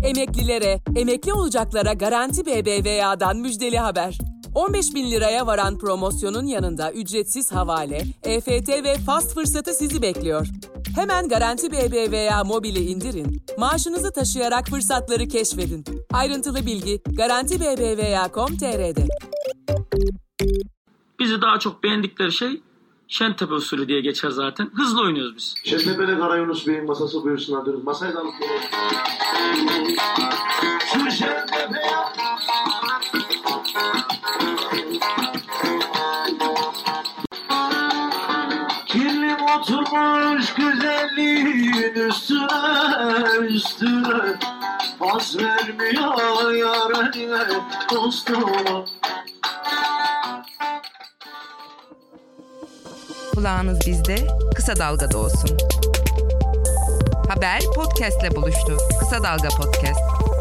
Emeklilere, emekli olacaklara Garanti BBVA'dan müjdeli haber. 15.000 liraya varan promosyonun yanında ücretsiz havale, EFT ve fast fırsatı sizi bekliyor. Hemen Garanti BBVA mobili indirin, maaşınızı taşıyarak fırsatları keşfedin. Ayrıntılı bilgi garantibbva.com.tr'de. Bizi daha çok beğendikleri şey Şentepe usulü diye geçer zaten. Hızlı oynuyoruz biz. Şentepe'de Kara Yunus Bey'in masası buyursunlar diyoruz. Masayı da alıp şu Şentepe'ye kirlim oturmuş güzelliğin üstüne pas vermiyor yarine dostum. Kulağınız bizde, Kısa Dalga'da olsun. Haber podcast'le buluştu. Kısa Dalga Podcast.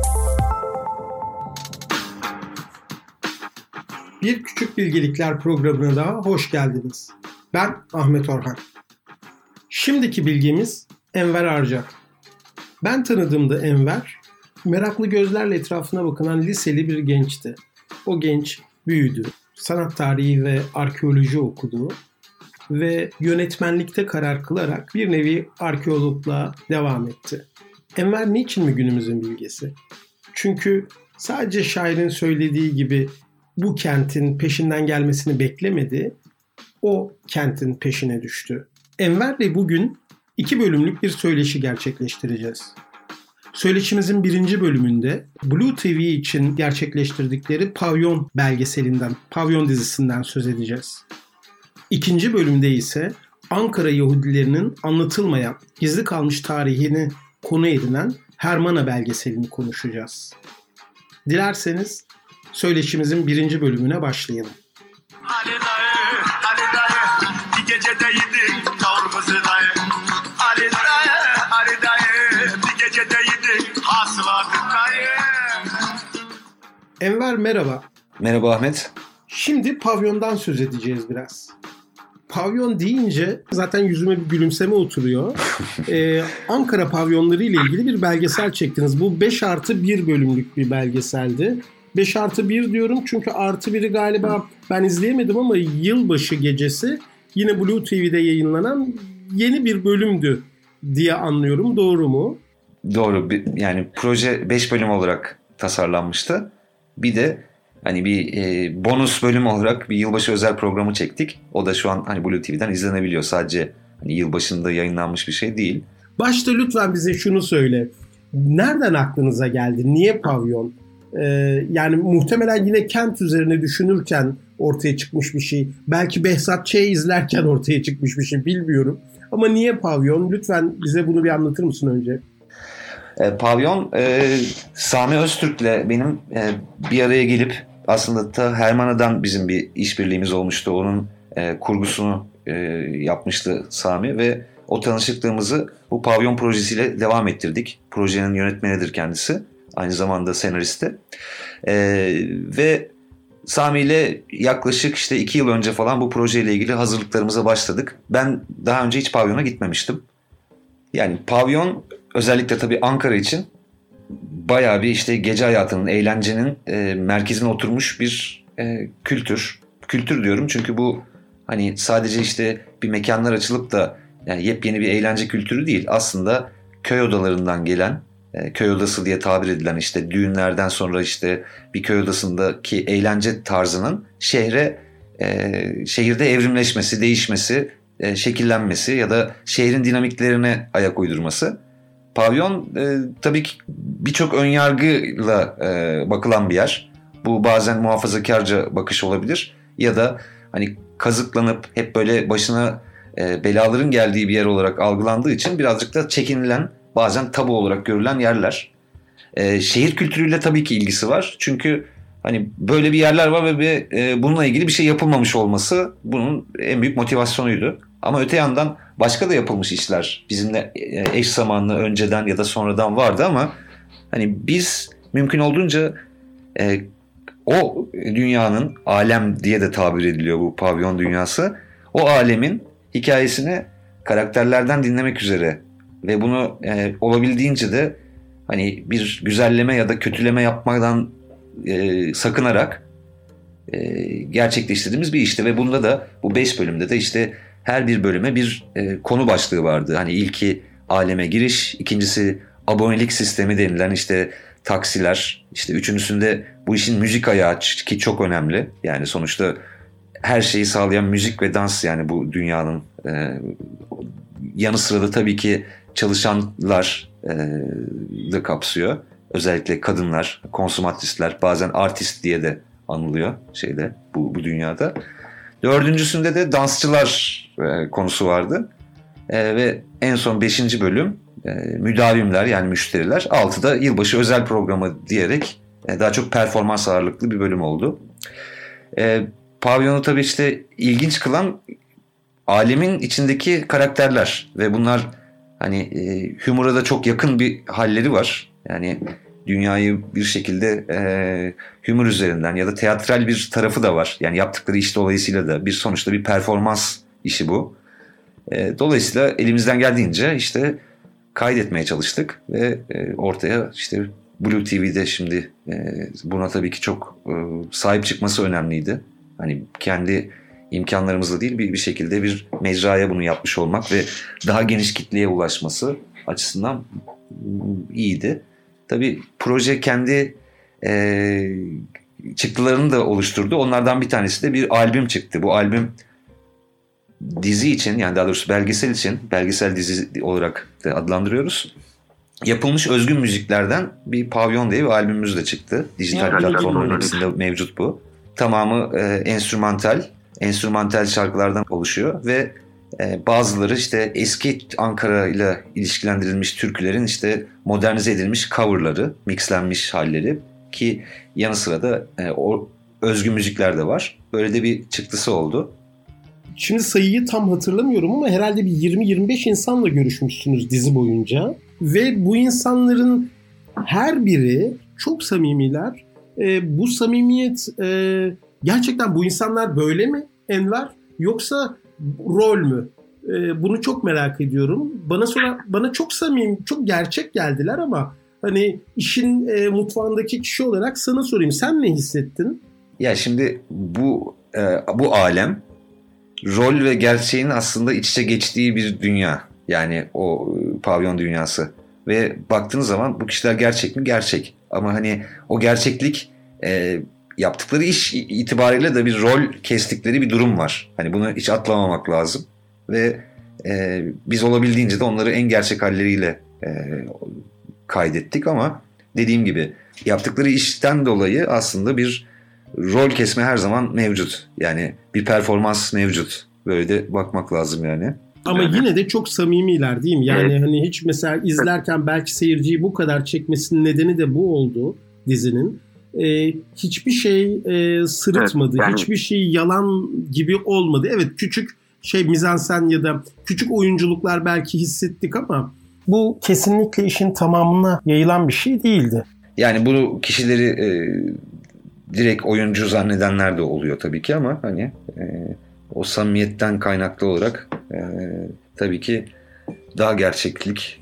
Bir Küçük Bilgelikler programına daha hoş geldiniz. Ben Ahmet Orhan. Şimdiki bilgimiz Enver Arcak. Ben tanıdığımda Enver, meraklı gözlerle etrafına bakınan liseli bir gençti. O genç büyüdü. Sanat tarihi ve arkeoloji okudu. Ve yönetmenlikte karar kılarak bir nevi arkeologluğa devam etti. Enver niçin mi günümüzün bilgesi? Çünkü sadece şairin söylediği gibi bu kentin peşinden gelmesini beklemedi, o kentin peşine düştü. Enver'le bugün 2 bölümlük bir söyleşi gerçekleştireceğiz. Söyleşimizin 1. bölümünde Blue TV için gerçekleştirdikleri Pavyon belgeselinden, Pavyon dizisinden söz edeceğiz. 2. bölümde ise Ankara Yahudilerinin anlatılmayan, gizli kalmış tarihini konu edinen Hermana belgeselini konuşacağız. Dilerseniz söyleşimizin 1. bölümüne başlayalım. Ali dayı, Ali dayı, bir gecedeydik kavurmuzu dayı. Ali dayı, Ali dayı, bir gecedeydik hasıladık dayı. Enver merhaba. Merhaba Ahmet. Şimdi pavyondan söz edeceğiz biraz. Pavyon deyince zaten yüzüme bir gülümseme oturuyor. Ankara pavyonları ile ilgili bir belgesel çektiniz. Bu 5+1 bölümlük bir belgeseldi. 5+1 diyorum çünkü +1'i galiba ben izleyemedim ama yılbaşı gecesi yine Blue TV'de yayınlanan yeni bir bölümdü diye anlıyorum. Doğru mu? Doğru. Yani proje 5 bölüm olarak tasarlanmıştı. Bir de hani bir bonus bölüm olarak bir yılbaşı özel programı çektik. O da şu an hani Blue TV'den izlenebiliyor. Sadece hani yılbaşında yayınlanmış bir şey değil. Başta lütfen bize şunu söyle. Nereden aklınıza geldi? Niye pavyon? Yani muhtemelen yine kent üzerine düşünürken ortaya çıkmış bir şey. Belki Behzat Ç'yi izlerken ortaya çıkmış bir şey, bilmiyorum. Ama niye pavyon? Lütfen bize bunu bir anlatır mısın önce? Pavyon, Sami Öztürk'le benim bir araya gelip aslında ta Hermana'dan bizim bir işbirliğimiz olmuştu. Onun kurgusunu yapmıştı Sami ve o tanışıklığımızı bu Pavyon projesiyle devam ettirdik. Projenin yönetmenidir kendisi. Aynı zamanda senaristi. Ve Sami ile yaklaşık işte 2 yıl önce falan bu projeyle ilgili hazırlıklarımıza başladık. Ben daha önce hiç pavyona gitmemiştim. Yani pavyon özellikle tabii Ankara için bayağı bir işte gece hayatının, eğlencenin merkezine oturmuş bir kültür. Kültür diyorum çünkü bu hani sadece işte bir mekanlar açılıp da yani yepyeni bir eğlence kültürü değil. Aslında köy odalarından gelen, köy odası diye tabir edilen işte düğünlerden sonra işte bir köy odasındaki eğlence tarzının şehirde evrimleşmesi, değişmesi, şekillenmesi ya da şehrin dinamiklerine ayak uydurması. Pavyon tabii ki birçok önyargıyla bakılan bir yer. Bu bazen muhafazakarca bakış olabilir ya da hani kazıklanıp hep böyle başına belaların geldiği bir yer olarak algılandığı için birazcık da çekinilen, bazen tabu olarak görülen yerler. Şehir kültürüyle tabii ki ilgisi var. Çünkü hani böyle bir yerler var ve bununla ilgili bir şey yapılmamış olması bunun en büyük motivasyonuydu. Ama öte yandan başka da yapılmış işler bizimle eş zamanlı önceden ya da sonradan vardı ama hani biz mümkün olduğunca o dünyanın, alem diye de tabir ediliyor bu pavyon dünyası, o alemin hikayesini karakterlerden dinlemek üzere ve bunu olabildiğince de hani bir güzelleme ya da kötüleme yapmadan sakınarak gerçekleştirdiğimiz bir işti ve bunda da bu 5 bölümde de işte her bir bölüme bir konu başlığı vardı. Hani ilki aleme giriş, ikincisi abonelik sistemi denilen işte taksiler, işte üçüncüsünde bu işin müzik ayağı ki çok önemli. Yani sonuçta her şeyi sağlayan müzik ve dans, yani bu dünyanın yanı sıra da tabii ki çalışanlar da kapsıyor. Özellikle kadınlar, konsumatristler, bazen artist diye de anılıyor bu dünyada. Dördüncüsünde de dansçılar konusu vardı. Ve en son 5. bölüm müdavimler, yani müşteriler. 6'da yılbaşı özel programı diyerek daha çok performans ağırlıklı bir bölüm oldu. Pavyonu tabii işte ilginç kılan alemin içindeki karakterler ve bunlar hani humora da çok yakın bir halleri var. Yani dünyayı bir şekilde humor üzerinden ya da teatral bir tarafı da var. Yani yaptıkları iş dolayısıyla da sonuçta bir performans işi bu. Dolayısıyla elimizden geldiğince işte kaydetmeye çalıştık ve ortaya işte Blue TV'de şimdi buna tabii ki çok sahip çıkması önemliydi. Hani kendi imkanlarımızla değil bir şekilde bir mecraya bunu yapmış olmak ve daha geniş kitleye ulaşması açısından iyiydi. Tabii proje kendi çıktılarını da oluşturdu. Onlardan bir tanesi de bir albüm çıktı. Bu albüm dizi için, yani daha doğrusu belgesel için, belgesel dizi olarak da adlandırıyoruz. Yapılmış özgün müziklerden bir Pavyon diye bir albümümüz de çıktı. Dijital platformların hepsinde mevcut bu. Tamamı enstrümantal şarkılardan oluşuyor ve bazıları işte eski Ankara ile ilişkilendirilmiş türkülerin işte modernize edilmiş coverları, mixlenmiş halleri, ki yanı sıra da o özgün müzikler de var. Böyle de bir çıktısı oldu. Şimdi sayıyı tam hatırlamıyorum ama herhalde bir 20-25 insanla görüşmüşsünüz dizi boyunca. Ve bu insanların her biri çok samimiler. Bu samimiyet gerçekten bu insanlar böyle mi Enver? Yoksa rol mü? Bunu çok merak ediyorum. Bana çok samimi, çok gerçek geldiler ama hani işin mutfağındaki kişi olarak sana sorayım. Sen ne hissettin? Ya şimdi bu alem rol ve gerçeğin aslında iç içe geçtiği bir dünya. Yani o pavyon dünyası. Ve baktığınız zaman bu kişiler gerçek mi? Gerçek. Ama hani o gerçeklik yaptıkları iş itibariyle de bir rol kestikleri bir durum var. Hani bunu hiç atlamamak lazım. Ve biz olabildiğince de onları en gerçek halleriyle kaydettik ama dediğim gibi yaptıkları işten dolayı aslında bir rol kesme her zaman mevcut. Yani bir performans mevcut. Böyle de bakmak lazım yani. Ama yine de çok samimiler değil mi? Yani hani hiç mesela izlerken belki seyirciyi bu kadar çekmesinin nedeni de bu oldu dizinin. Hiçbir şey sırıtmadı. Yani hiçbir şey yalan gibi olmadı. Evet, küçük mizansen ya da küçük oyunculuklar belki hissettik ama bu kesinlikle işin tamamına yayılan bir şey değildi. Yani bu kişileri direkt oyuncu zannedenler de oluyor tabii ki ama hani o samimiyetten kaynaklı olarak tabii ki daha gerçeklik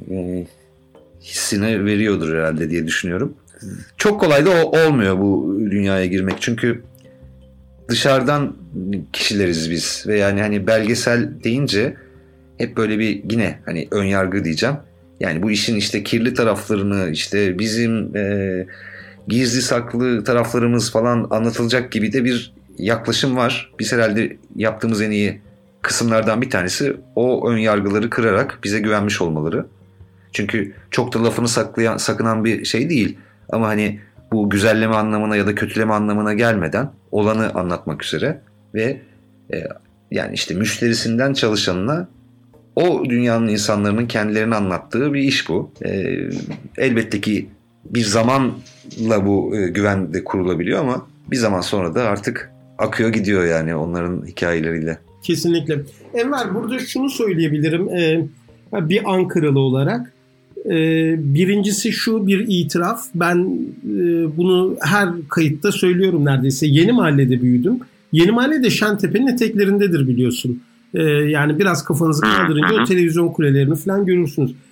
hissine veriyordur herhalde diye düşünüyorum. Çok kolay da olmuyor bu dünyaya girmek. Çünkü dışarıdan kişileriz biz ve yani hani belgesel deyince hep böyle bir yine hani ön yargı diyeceğim. Yani bu işin işte kirli taraflarını, işte bizim gizli saklı taraflarımız falan anlatılacak gibi de bir yaklaşım var. Biz herhalde yaptığımız en iyi kısımlardan bir tanesi o ön yargıları kırarak bize güvenmiş olmaları. Çünkü çok da lafını sakınan bir şey değil. Ama hani bu güzelleme anlamına ya da kötüleme anlamına gelmeden olanı anlatmak üzere ve yani işte müşterisinden çalışanına o dünyanın insanların kendilerini anlattığı bir iş bu. Elbette ki bir zamanla bu güven de kurulabiliyor ama bir zaman sonra da artık akıyor gidiyor yani onların hikayeleriyle. Kesinlikle. Enver, burada şunu söyleyebilirim bir Ankaralı olarak. Birincisi şu, bir itiraf. Ben bunu her kayıtta söylüyorum neredeyse. Yeni Mahalle'de büyüdüm. Yeni Mahalle de Şentepe'nin eteklerindedir biliyorsun. Yani biraz kafanızı kaldırınca o televizyon kulelerini falan görürsünüz.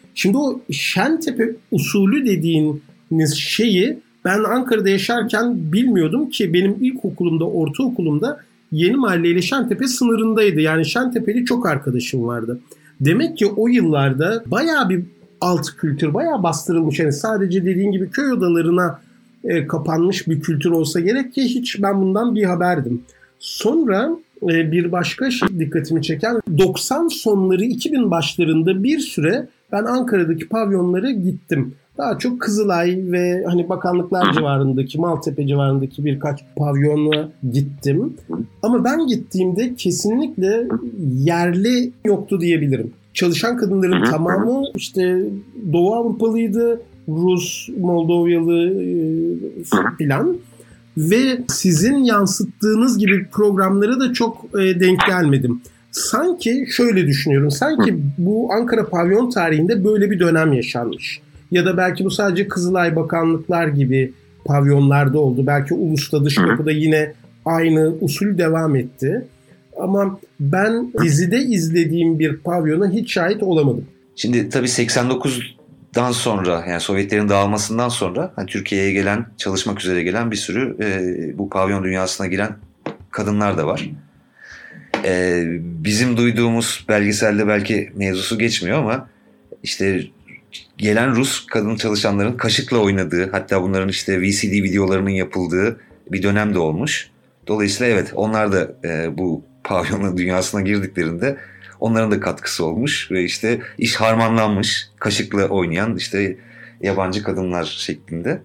Şimdi o Şentepe usulü dediğiniz şeyi ben Ankara'da yaşarken bilmiyordum ki benim ilkokulumda, ortaokulumda Yeni Mahalle ile Şentepe sınırındaydı. Yani Şentepe'li çok arkadaşım vardı. Demek ki o yıllarda bayağı bir alt kültür, bayağı bastırılmış. Yani sadece dediğin gibi köy odalarına kapanmış bir kültür olsa gerek ki hiç ben bundan bir haberdim. Sonra bir başka şey dikkatimi çeken 90 sonları 2000 başlarında bir süre ben Ankara'daki pavyonlara gittim. Daha çok Kızılay ve hani bakanlıklar civarındaki, Maltepe civarındaki birkaç pavyona gittim. Ama ben gittiğimde kesinlikle yerli yoktu diyebilirim. Çalışan kadınların tamamı işte Doğu Avrupalıydı, Rus, Moldovyalı filan. Ve sizin yansıttığınız gibi programlara da çok denk gelmedim. Sanki şöyle düşünüyorum, sanki bu Ankara pavyon tarihinde böyle bir dönem yaşanmış. Ya da belki bu sadece Kızılay Bakanlıklar gibi pavyonlarda oldu. Belki Ulus'ta, Dışkapı'da yine aynı usul devam etti. Ama ben dizide izlediğim bir pavyona hiç şahit olamadım. Şimdi tabii 89'dan sonra, yani Sovyetlerin dağılmasından sonra hani Türkiye'ye gelen, çalışmak üzere gelen bir sürü bu pavyon dünyasına giren kadınlar da var. Bizim duyduğumuz belgeselde belki mevzusu geçmiyor ama işte gelen Rus kadın çalışanların kaşıkla oynadığı, hatta bunların işte VCD videolarının yapıldığı bir dönem de olmuş. Dolayısıyla evet, onlar da bu pavyonun dünyasına girdiklerinde onların da katkısı olmuş ve işte iş harmanlanmış, kaşıkla oynayan işte yabancı kadınlar şeklinde.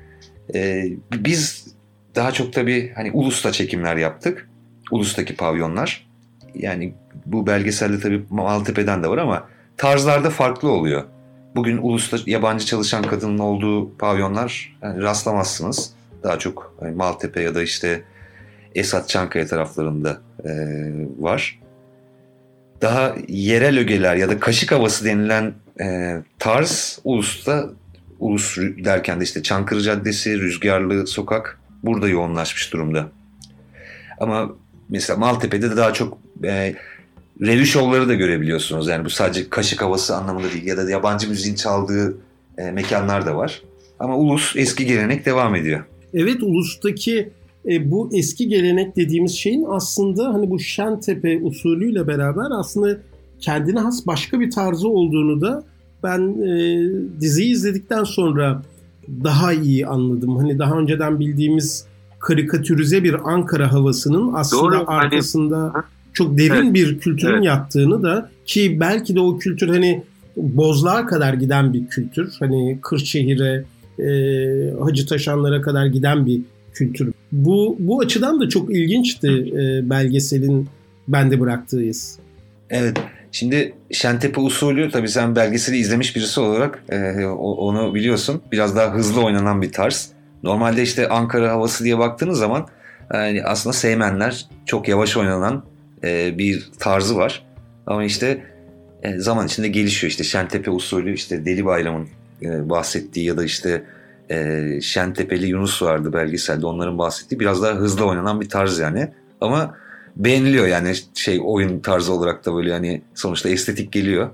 Biz daha çok tabii hani Ulus'ta çekimler yaptık. Ulus'taki pavyonlar. Yani bu belgeselde tabii Maltepe'den de var ama tarzlarda farklı oluyor. Bugün Ulus'ta yabancı çalışan kadının olduğu pavyonlar yani rastlamazsınız. Daha çok yani Maltepe ya da işte Esat, Çankaya taraflarında var. Daha yerel ögeler ya da kaşık havası denilen tarz Ulus'ta, Ulus derken de işte Çankırı Caddesi, Rüzgarlı Sokak burada yoğunlaşmış durumda. Ama mesela Maltepe'de de daha çok revü şovları da görebiliyorsunuz. Yani bu sadece kaşık havası anlamında değil ya da yabancı müziğin çaldığı mekanlar da var. Ama Ulus eski gelenek devam ediyor. Evet, Ulus'taki bu eski gelenek dediğimiz şeyin aslında hani bu Şentepe usulüyle beraber aslında kendine has başka bir tarzı olduğunu da ben diziyi izledikten sonra daha iyi anladım. Hani daha önceden bildiğimiz karikatürize bir Ankara havasının aslında arkasında çok derin bir kültürün yattığını da, ki belki de o kültür hani Bozlak'a kadar giden bir kültür. Hani Kırşehir'e, Hacıtaşanlara kadar giden bir kültür. Bu açıdan da çok ilginçti belgeselin bende bıraktığı iz. Evet. Şimdi Şentepe usulü, tabii sen belgeseli izlemiş birisi olarak onu biliyorsun. Biraz daha hızlı oynanan bir tarz. Normalde işte Ankara havası diye baktığınız zaman yani aslında Seymenler çok yavaş oynanan bir tarzı var. Ama işte zaman içinde gelişiyor. İşte Şentepe usulü, işte Deli Bayram'ın bahsettiği ya da işte Şentepe'li Yunus vardı belgeselde, onların bahsettiği biraz daha hızlı oynanan bir tarz yani. Ama beğeniliyor yani oyun tarzı olarak da böyle yani sonuçta estetik geliyor.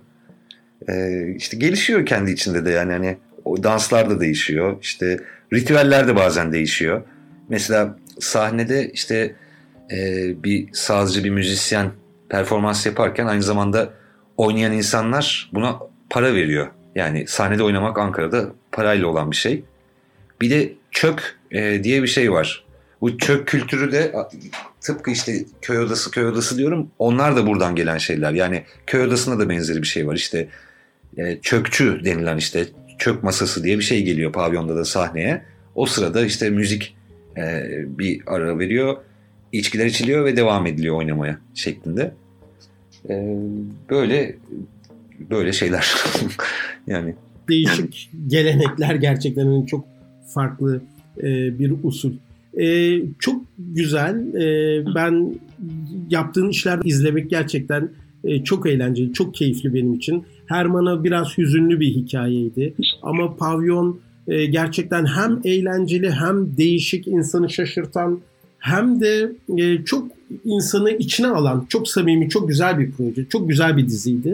İşte gelişiyor kendi içinde de yani hani o danslar da değişiyor. İşte ritüeller de bazen değişiyor. Mesela sahnede işte bir sazcı, bir müzisyen performans yaparken aynı zamanda oynayan insanlar buna para veriyor. Yani sahnede oynamak Ankara'da parayla olan bir şey. Bir de çök diye bir şey var. Bu çök kültürü de tıpkı işte köy odası diyorum. Onlar da buradan gelen şeyler. Yani köy odasında da benzeri bir şey var. İşte çökçü denilen işte çök masası diye bir şey geliyor pavyonda da sahneye. O sırada işte müzik bir ara veriyor. İçkiler içiliyor ve devam ediliyor oynamaya şeklinde. Böyle şeyler. Yani değişik gelenekler, gerçekten çok farklı bir usul. Çok güzel. Ben yaptığın işler izlemek gerçekten çok eğlenceli, çok keyifli benim için. Herman'a biraz hüzünlü bir hikayeydi. Ama Pavyon gerçekten hem eğlenceli hem değişik, insanı şaşırtan, hem de çok insanı içine alan, çok samimi, çok güzel bir proje, çok güzel bir diziydi.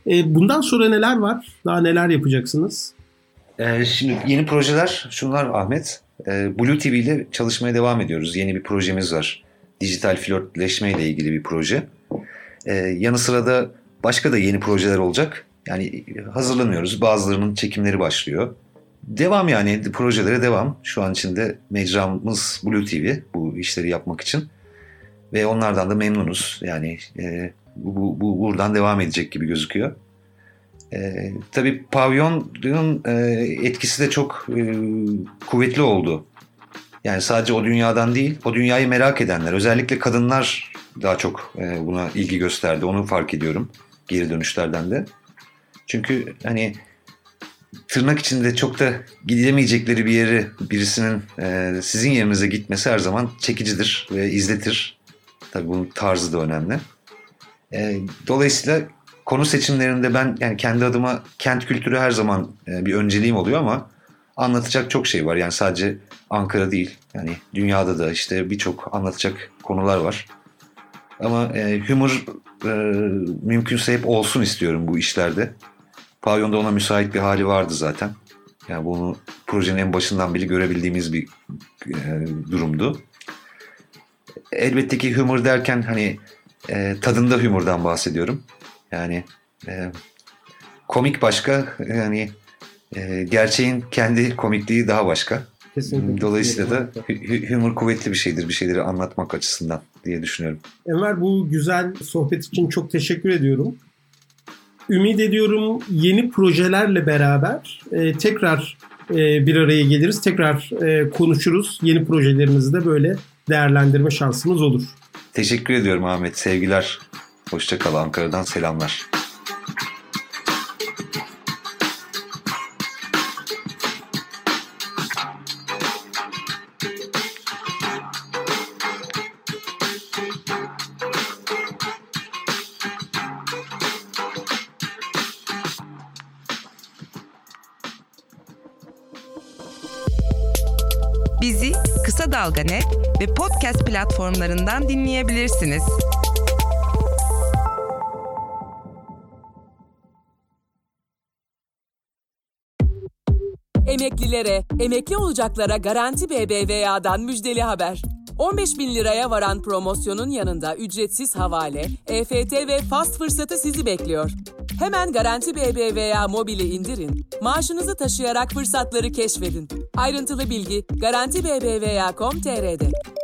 Bundan sonra neler var? Daha neler yapacaksınız? Şimdi yeni projeler şunlar Ahmet. Blue TV ile çalışmaya devam ediyoruz. Yeni bir projemiz var. Dijital flörtleşme ile ilgili bir proje. Yanı sıra da başka da yeni projeler olacak. Yani hazırlanıyoruz. Bazılarının çekimleri başlıyor. Devam yani projelere devam. Şu an içinde mecramız Blue TV bu işleri yapmak için. Ve onlardan da memnunuz. Yani bu buradan devam edecek gibi gözüküyor. Tabii pavyonun etkisi de çok kuvvetli oldu. Yani sadece o dünyadan değil, o dünyayı merak edenler, özellikle kadınlar daha çok buna ilgi gösterdi. Onu fark ediyorum geri dönüşlerden de. Çünkü hani tırnak içinde çok da gidemeyecekleri bir yere birisinin sizin yerinize gitmesi her zaman çekicidir ve izletir. Tabii bunun tarzı da önemli. Dolayısıyla konu seçimlerinde ben yani kendi adıma kent kültürü her zaman bir önceliğim oluyor ama anlatacak çok şey var. Yani sadece Ankara değil. Yani dünyada da işte birçok anlatacak konular var. Ama humor mümkünse hep olsun istiyorum bu işlerde. Pavyonda ona müsait bir hali vardı zaten. Yani bunu projenin en başından beri görebildiğimiz bir durumdu. Elbette ki humor derken hani tadında humordan bahsediyorum. Yani komik başka, yani gerçeğin kendi komikliği daha başka. Kesinlikle. Dolayısıyla da humor kuvvetli bir şeydir, bir şeyleri anlatmak açısından diye düşünüyorum. Enver, bu güzel sohbet için çok teşekkür ediyorum. Ümit ediyorum yeni projelerle beraber tekrar bir araya geliriz, tekrar konuşuruz. Yeni projelerimizi de böyle değerlendirme şansımız olur. Teşekkür ediyorum Ahmet, sevgiler. Hoşça kal, Ankara'dan selamlar. Bizi Kısa Dalga Net ve podcast platformlarından dinleyebilirsiniz. Emeklilere, emekli olacaklara Garanti BBVA'dan müjdeli haber. 15.000 liraya varan promosyonun yanında ücretsiz havale, EFT ve fast fırsatı sizi bekliyor. Hemen Garanti BBVA mobili indirin, maaşınızı taşıyarak fırsatları keşfedin. Ayrıntılı bilgi garantibbva.com.tr'de.